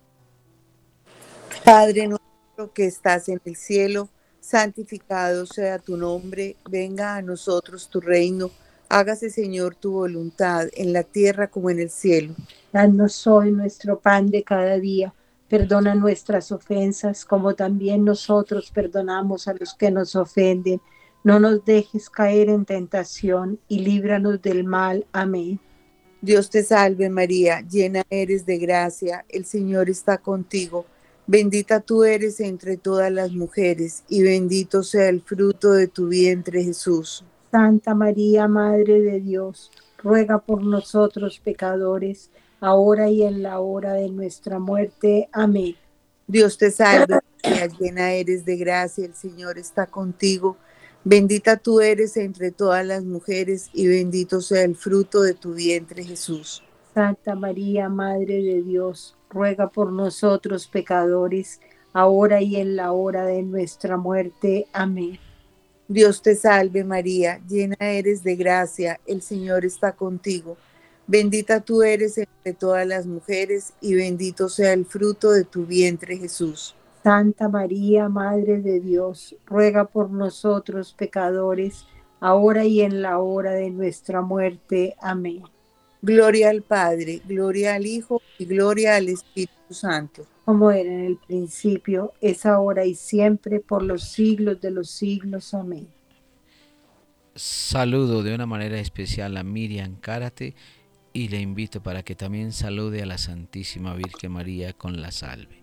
Speaker 11: Padre nuestro que estás en el cielo, santificado sea tu nombre, venga a nosotros tu reino, hágase Señor tu voluntad en la tierra como en el cielo.
Speaker 12: Danos hoy nuestro pan de cada día. Perdona nuestras ofensas, como también nosotros perdonamos a los que nos ofenden. No nos dejes caer en tentación y líbranos del mal. Amén.
Speaker 11: Dios te salve María, llena eres de gracia, el Señor está contigo. Bendita tú eres entre todas las mujeres y bendito sea el fruto de tu vientre, Jesús.
Speaker 12: Santa María, Madre de Dios, ruega por nosotros pecadores, ahora y en la hora de nuestra muerte. Amén.
Speaker 11: Dios te salve María, llena eres de gracia, el Señor está contigo. Bendita tú eres entre todas las mujeres y bendito sea el fruto de tu vientre, Jesús.
Speaker 12: Santa María, Madre de Dios, ruega por nosotros pecadores, ahora y en la hora de nuestra muerte. Amén.
Speaker 11: Dios te salve María, llena eres de gracia, el Señor está contigo. Bendita tú eres entre todas las mujeres y bendito sea el fruto de tu vientre, Jesús.
Speaker 12: Santa María, Madre de Dios, ruega por nosotros pecadores, ahora y en la hora de nuestra muerte. Amén.
Speaker 11: Gloria al Padre, gloria al Hijo y gloria al Espíritu Santo.
Speaker 12: Como era en el principio, es ahora y siempre, por los siglos de los siglos. Amén.
Speaker 2: Saludo de una manera especial a Miriam Cárate y le invito para que también salude a la Santísima Virgen María con la salve.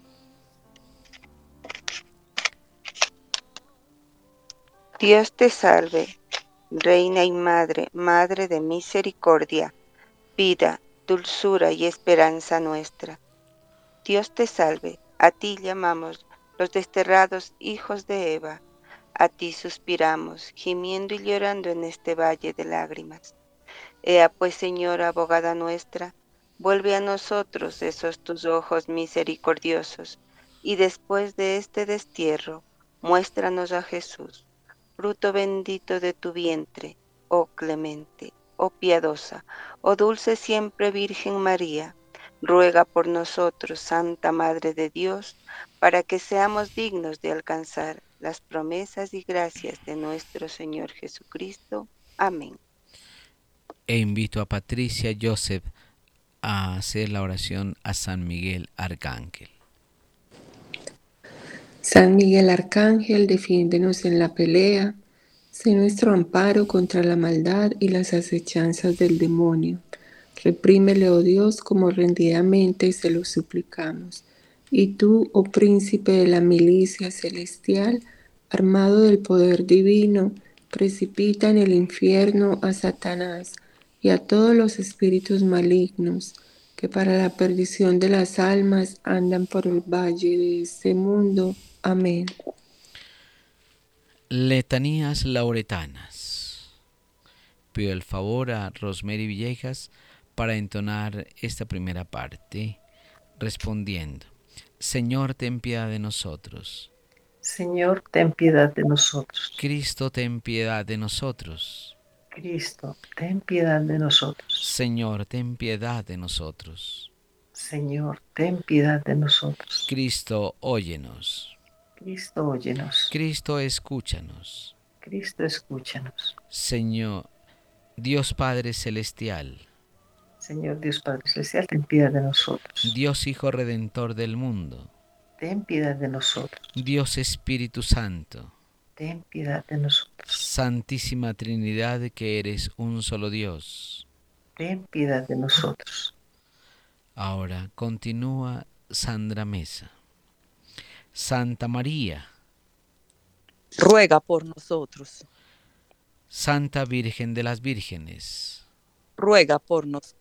Speaker 13: Dios te salve, Reina y Madre, Madre de misericordia, vida, dulzura y esperanza nuestra. Dios te salve, a ti llamamos los desterrados hijos de Eva, a ti suspiramos, gimiendo y llorando en este valle de lágrimas. Ea pues, Señora, abogada nuestra, Vuelve a nosotros esos tus ojos misericordiosos, y después de este destierro, muéstranos a Jesús, fruto bendito de tu vientre, oh clemente, oh piadosa, oh dulce siempre Virgen María. Ruega por nosotros, Santa Madre de Dios, para que seamos dignos de alcanzar las promesas y gracias de nuestro Señor Jesucristo. Amén.
Speaker 2: E invito a Patricia Joseph a hacer la oración a San Miguel Arcángel.
Speaker 14: San Miguel Arcángel, defiéndenos en la pelea, sé nuestro amparo contra la maldad y las acechanzas del demonio. Reprímele, oh Dios, como rendidamente se lo suplicamos. Y tú, oh príncipe de la milicia celestial, armado del poder divino, precipita en el infierno a Satanás y a todos los espíritus malignos que para la perdición de las almas andan por el valle de este mundo. Amén.
Speaker 2: Letanías lauretanas. Pido el favor a Rosemary Villegas para entonar esta primera parte, respondiendo: Señor, ten piedad de nosotros.
Speaker 15: Señor, ten piedad de nosotros.
Speaker 2: Cristo, ten piedad de nosotros.
Speaker 15: Cristo, ten piedad de nosotros.
Speaker 2: Señor, ten piedad de nosotros.
Speaker 15: Señor, ten piedad de nosotros.
Speaker 2: Cristo, óyenos.
Speaker 15: Cristo, óyenos.
Speaker 2: Cristo, escúchanos.
Speaker 15: Cristo, escúchanos.
Speaker 2: Señor, Dios Padre Celestial.
Speaker 15: Señor Dios Padre Celestial, ten piedad de nosotros.
Speaker 2: Dios Hijo Redentor del mundo.
Speaker 15: Ten piedad de nosotros.
Speaker 2: Dios Espíritu Santo.
Speaker 15: Ten piedad de nosotros.
Speaker 2: Santísima Trinidad, que eres un solo Dios.
Speaker 15: Ten piedad de nosotros.
Speaker 2: Ahora continúa Sandra Mesa. Santa María,
Speaker 19: ruega por nosotros.
Speaker 2: Santa Virgen de las Vírgenes,
Speaker 19: ruega por nosotros.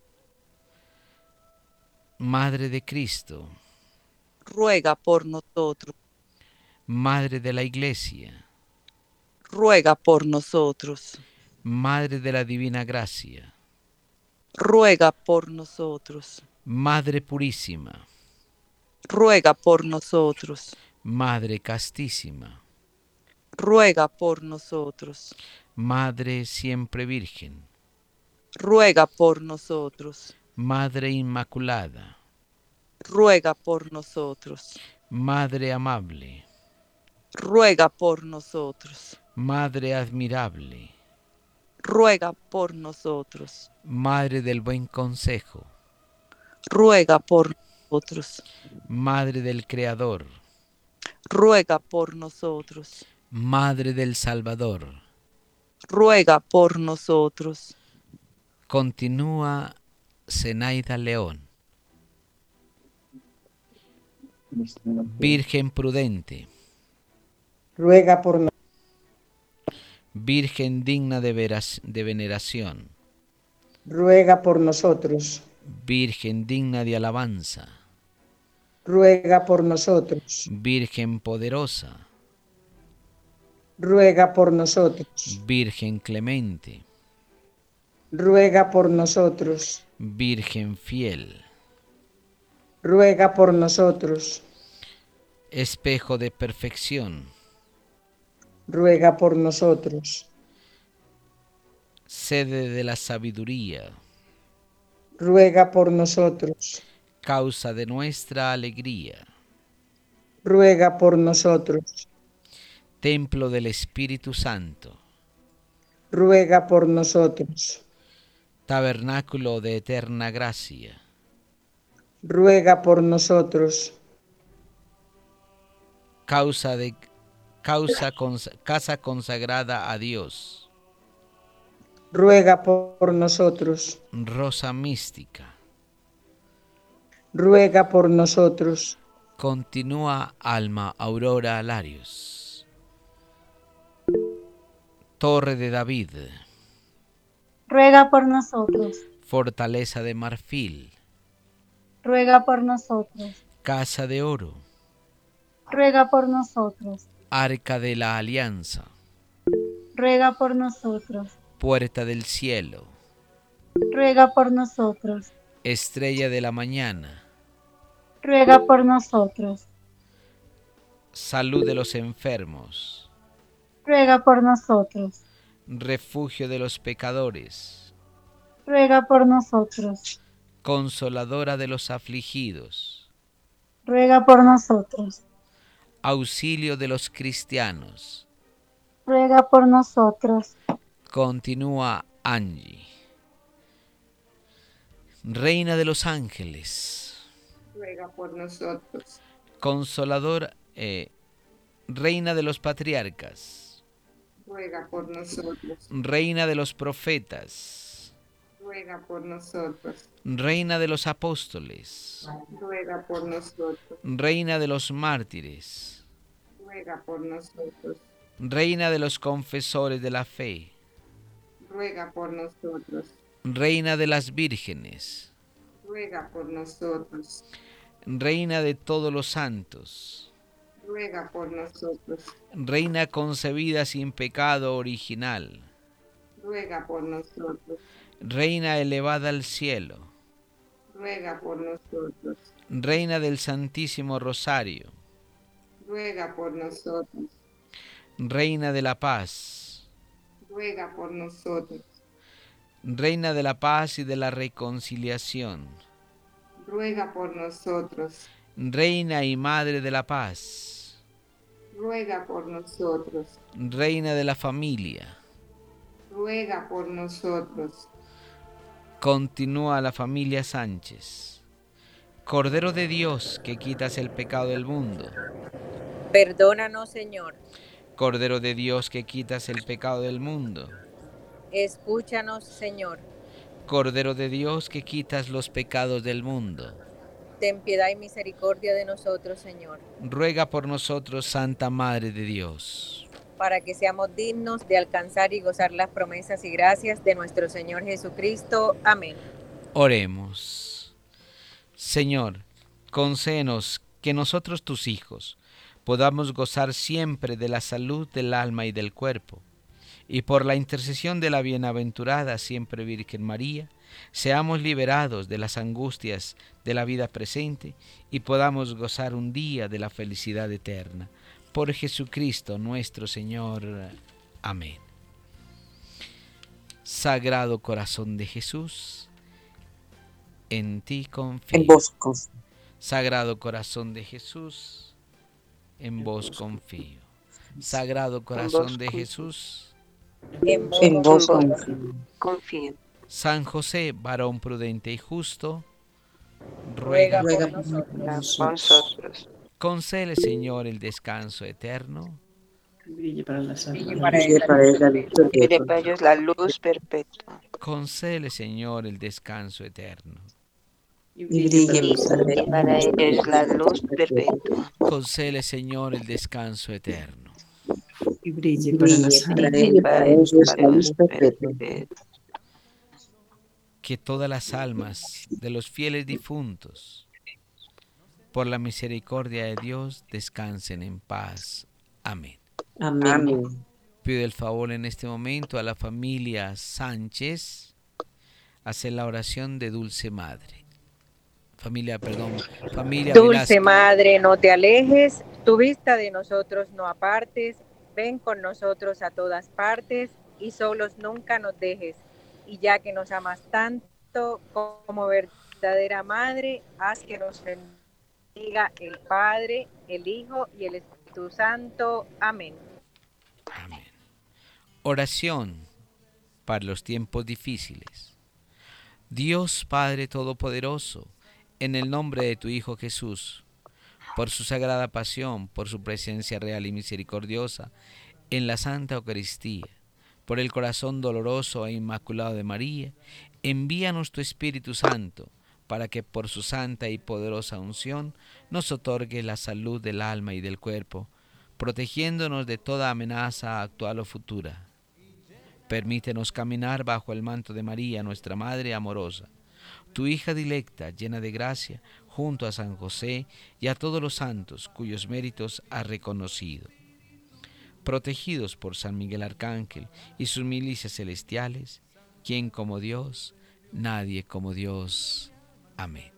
Speaker 2: Madre de Cristo,
Speaker 19: ruega por nosotros.
Speaker 2: Madre de la Iglesia,
Speaker 19: ruega por nosotros.
Speaker 2: Madre de la Divina Gracia,
Speaker 19: ruega por nosotros.
Speaker 2: Madre Purísima,
Speaker 19: ruega por nosotros.
Speaker 2: Madre Castísima,
Speaker 19: ruega por nosotros.
Speaker 2: Madre Siempre Virgen,
Speaker 19: ruega por nosotros.
Speaker 2: Madre Inmaculada,
Speaker 19: ruega por nosotros.
Speaker 2: Madre Amable,
Speaker 19: ruega por nosotros.
Speaker 2: Madre Admirable,
Speaker 19: ruega por nosotros.
Speaker 2: Madre del Buen Consejo,
Speaker 19: ruega por nosotros.
Speaker 2: Madre del Creador,
Speaker 19: ruega por nosotros.
Speaker 2: Madre del Salvador,
Speaker 19: ruega por nosotros.
Speaker 2: Continúa Zenaida León. Virgen prudente,
Speaker 20: ruega por nosotros.
Speaker 2: Virgen digna de veneración,
Speaker 20: ruega por nosotros.
Speaker 2: Virgen digna de alabanza,
Speaker 20: ruega por nosotros.
Speaker 2: Virgen poderosa,
Speaker 20: ruega por nosotros.
Speaker 2: Virgen clemente,
Speaker 20: ruega por nosotros.
Speaker 2: Virgen fiel,
Speaker 20: ruega por nosotros.
Speaker 2: Espejo de perfección,
Speaker 20: ruega por nosotros.
Speaker 2: Sede de la sabiduría,
Speaker 20: ruega por nosotros.
Speaker 2: Causa de nuestra alegría,
Speaker 20: ruega por nosotros.
Speaker 2: Templo del Espíritu Santo,
Speaker 20: ruega por nosotros.
Speaker 2: Tabernáculo de eterna gracia,
Speaker 20: ruega por nosotros.
Speaker 2: Casa consagrada a Dios,
Speaker 20: ruega por nosotros.
Speaker 2: Rosa mística,
Speaker 20: ruega por nosotros.
Speaker 2: Continúa Alma Aurora Larios, Torre de David,
Speaker 17: ruega por nosotros.
Speaker 2: Fortaleza de marfil,
Speaker 17: ruega por nosotros.
Speaker 2: Casa de oro,
Speaker 17: ruega por nosotros.
Speaker 2: Arca de la Alianza,
Speaker 17: ruega por nosotros.
Speaker 2: Puerta del cielo,
Speaker 17: ruega por nosotros.
Speaker 2: Estrella de la mañana.
Speaker 17: ruega por nosotros.
Speaker 2: Salud de los enfermos.
Speaker 17: Ruega por nosotros.
Speaker 2: Refugio de los pecadores.
Speaker 17: Ruega por nosotros.
Speaker 2: Consoladora de los afligidos.
Speaker 17: Ruega por nosotros.
Speaker 2: Auxilio de los cristianos.
Speaker 17: Ruega por nosotros.
Speaker 2: Continúa Angie. Reina de los ángeles.
Speaker 14: Ruega por nosotros.
Speaker 2: Consoladora, Reina de los patriarcas.
Speaker 14: Ruega por nosotros.
Speaker 2: Reina de los profetas.
Speaker 14: Ruega por nosotros.
Speaker 2: Reina de los apóstoles.
Speaker 14: Ruega por nosotros.
Speaker 2: Reina de los mártires.
Speaker 14: Ruega por nosotros.
Speaker 2: Reina de los confesores de la fe.
Speaker 14: Ruega por nosotros.
Speaker 2: Reina de las vírgenes.
Speaker 14: Ruega por nosotros.
Speaker 2: Reina de todos los santos.
Speaker 14: Ruega por nosotros.
Speaker 2: Reina concebida sin pecado original.
Speaker 14: Ruega por nosotros.
Speaker 2: Reina elevada al cielo.
Speaker 14: Ruega por nosotros.
Speaker 2: Reina del Santísimo Rosario.
Speaker 14: Ruega por nosotros.
Speaker 2: Reina de la paz.
Speaker 14: Ruega por nosotros.
Speaker 2: Reina de la paz y de la reconciliación.
Speaker 14: Ruega por nosotros.
Speaker 2: Reina y Madre de la paz.
Speaker 14: Ruega por nosotros.
Speaker 2: Reina de la familia.
Speaker 14: Ruega por nosotros.
Speaker 2: Continúa la familia Sánchez. Cordero de Dios, que quitas el pecado del mundo.
Speaker 3: Perdónanos, Señor.
Speaker 2: Cordero de Dios, que quitas el pecado del mundo.
Speaker 3: Escúchanos, Señor.
Speaker 2: Cordero de Dios, que quitas los pecados del mundo.
Speaker 3: Ten piedad y misericordia de nosotros, Señor.
Speaker 2: Ruega por nosotros, Santa Madre de Dios,
Speaker 3: para que seamos dignos de alcanzar y gozar las promesas y gracias de nuestro Señor Jesucristo. Amén.
Speaker 2: Oremos. Señor, concédenos que nosotros, tus hijos, podamos gozar siempre de la salud del alma y del cuerpo, y por la intercesión de la bienaventurada siempre Virgen María, seamos liberados de las angustias de la vida presente y podamos gozar un día de la felicidad eterna. Por Jesucristo nuestro Señor. Amén. Sagrado Corazón de Jesús, en ti confío.
Speaker 6: En vos confío.
Speaker 2: Sagrado Corazón de Jesús, en vos confío. Sagrado Corazón de Jesús,
Speaker 17: En
Speaker 6: vos
Speaker 5: Confío.
Speaker 2: San José, varón prudente y justo,
Speaker 3: Ruega
Speaker 2: ruega
Speaker 3: por nosotros.
Speaker 5: Nosotros.
Speaker 2: concédele, Señor, el descanso eterno.
Speaker 15: Brille para la salud.
Speaker 3: Y para
Speaker 6: Brille para él la luz
Speaker 5: Mire
Speaker 6: perpetua.
Speaker 5: para ellos la luz perpetua.
Speaker 2: Concédele, Señor, el descanso eterno.
Speaker 6: Y brille
Speaker 5: Y para ellos la luz perpetua.
Speaker 2: Concédele, Señor, el descanso eterno.
Speaker 15: Y brille para la salud.
Speaker 6: brille para ellos la luz perpetua.
Speaker 2: Que todas las almas de los fieles difuntos, por la misericordia de Dios, descansen en paz. Amén.
Speaker 6: Amén.
Speaker 2: Pido el favor en este momento a la familia Sánchez, hacer la oración de Dulce Madre. Familia
Speaker 3: Dulce
Speaker 2: Velázquez.
Speaker 3: Madre, no te alejes, tu vista de nosotros no apartes, ven con nosotros a todas partes y solos nunca nos dejes. Y ya que nos amas tanto como verdadera Madre, haz que nos bendiga el Padre, el Hijo y el Espíritu Santo. Amén.
Speaker 2: Amén. Oración para los tiempos difíciles. Dios Padre Todopoderoso, en el nombre de tu Hijo Jesús, por su sagrada pasión, por su presencia real y misericordiosa en la Santa Eucaristía, por el corazón doloroso e inmaculado de María, envíanos tu Espíritu Santo, para que por su santa y poderosa unción nos otorgue la salud del alma y del cuerpo, protegiéndonos de toda amenaza actual o futura. Permítenos caminar bajo el manto de María, nuestra Madre amorosa, tu hija dilecta, llena de gracia, junto a San José y a todos los santos cuyos méritos has reconocido. Protegidos por San Miguel Arcángel y sus milicias celestiales, ¿quién como Dios? Nadie como Dios. Amén.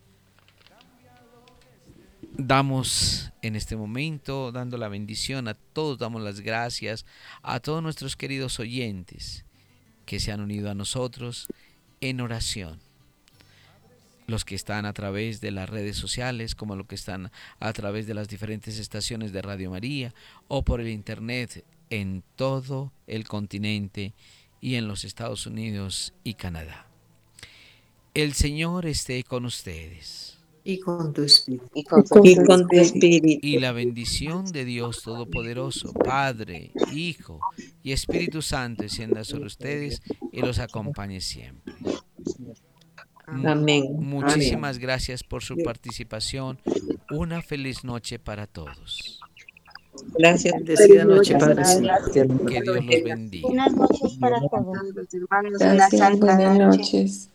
Speaker 2: Damos en este momento, dando la bendición a todos, damos las gracias a todos nuestros queridos oyentes que se han unido a nosotros en oración. Los que están a través de las redes sociales, como los que están a través de las diferentes estaciones de Radio María o por el internet en todo el continente y en los Estados Unidos y Canadá. El Señor esté con ustedes.
Speaker 15: Y con tu espíritu.
Speaker 5: Y con tu espíritu.
Speaker 2: Y la bendición de Dios Todopoderoso, Padre, Hijo y Espíritu Santo descienda sobre ustedes y los acompañe siempre.
Speaker 5: Amén.
Speaker 2: Muchísimas gracias por su participación. Una feliz noche para todos.
Speaker 5: Gracias.
Speaker 15: Bendecida noche, Padre.
Speaker 2: Que Dios los bendiga.
Speaker 17: Buenas noches para todos.
Speaker 14: Gracias, buenas noches.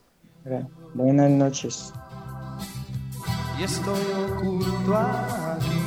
Speaker 20: Buenas noches.
Speaker 21: Y estoy oculto aquí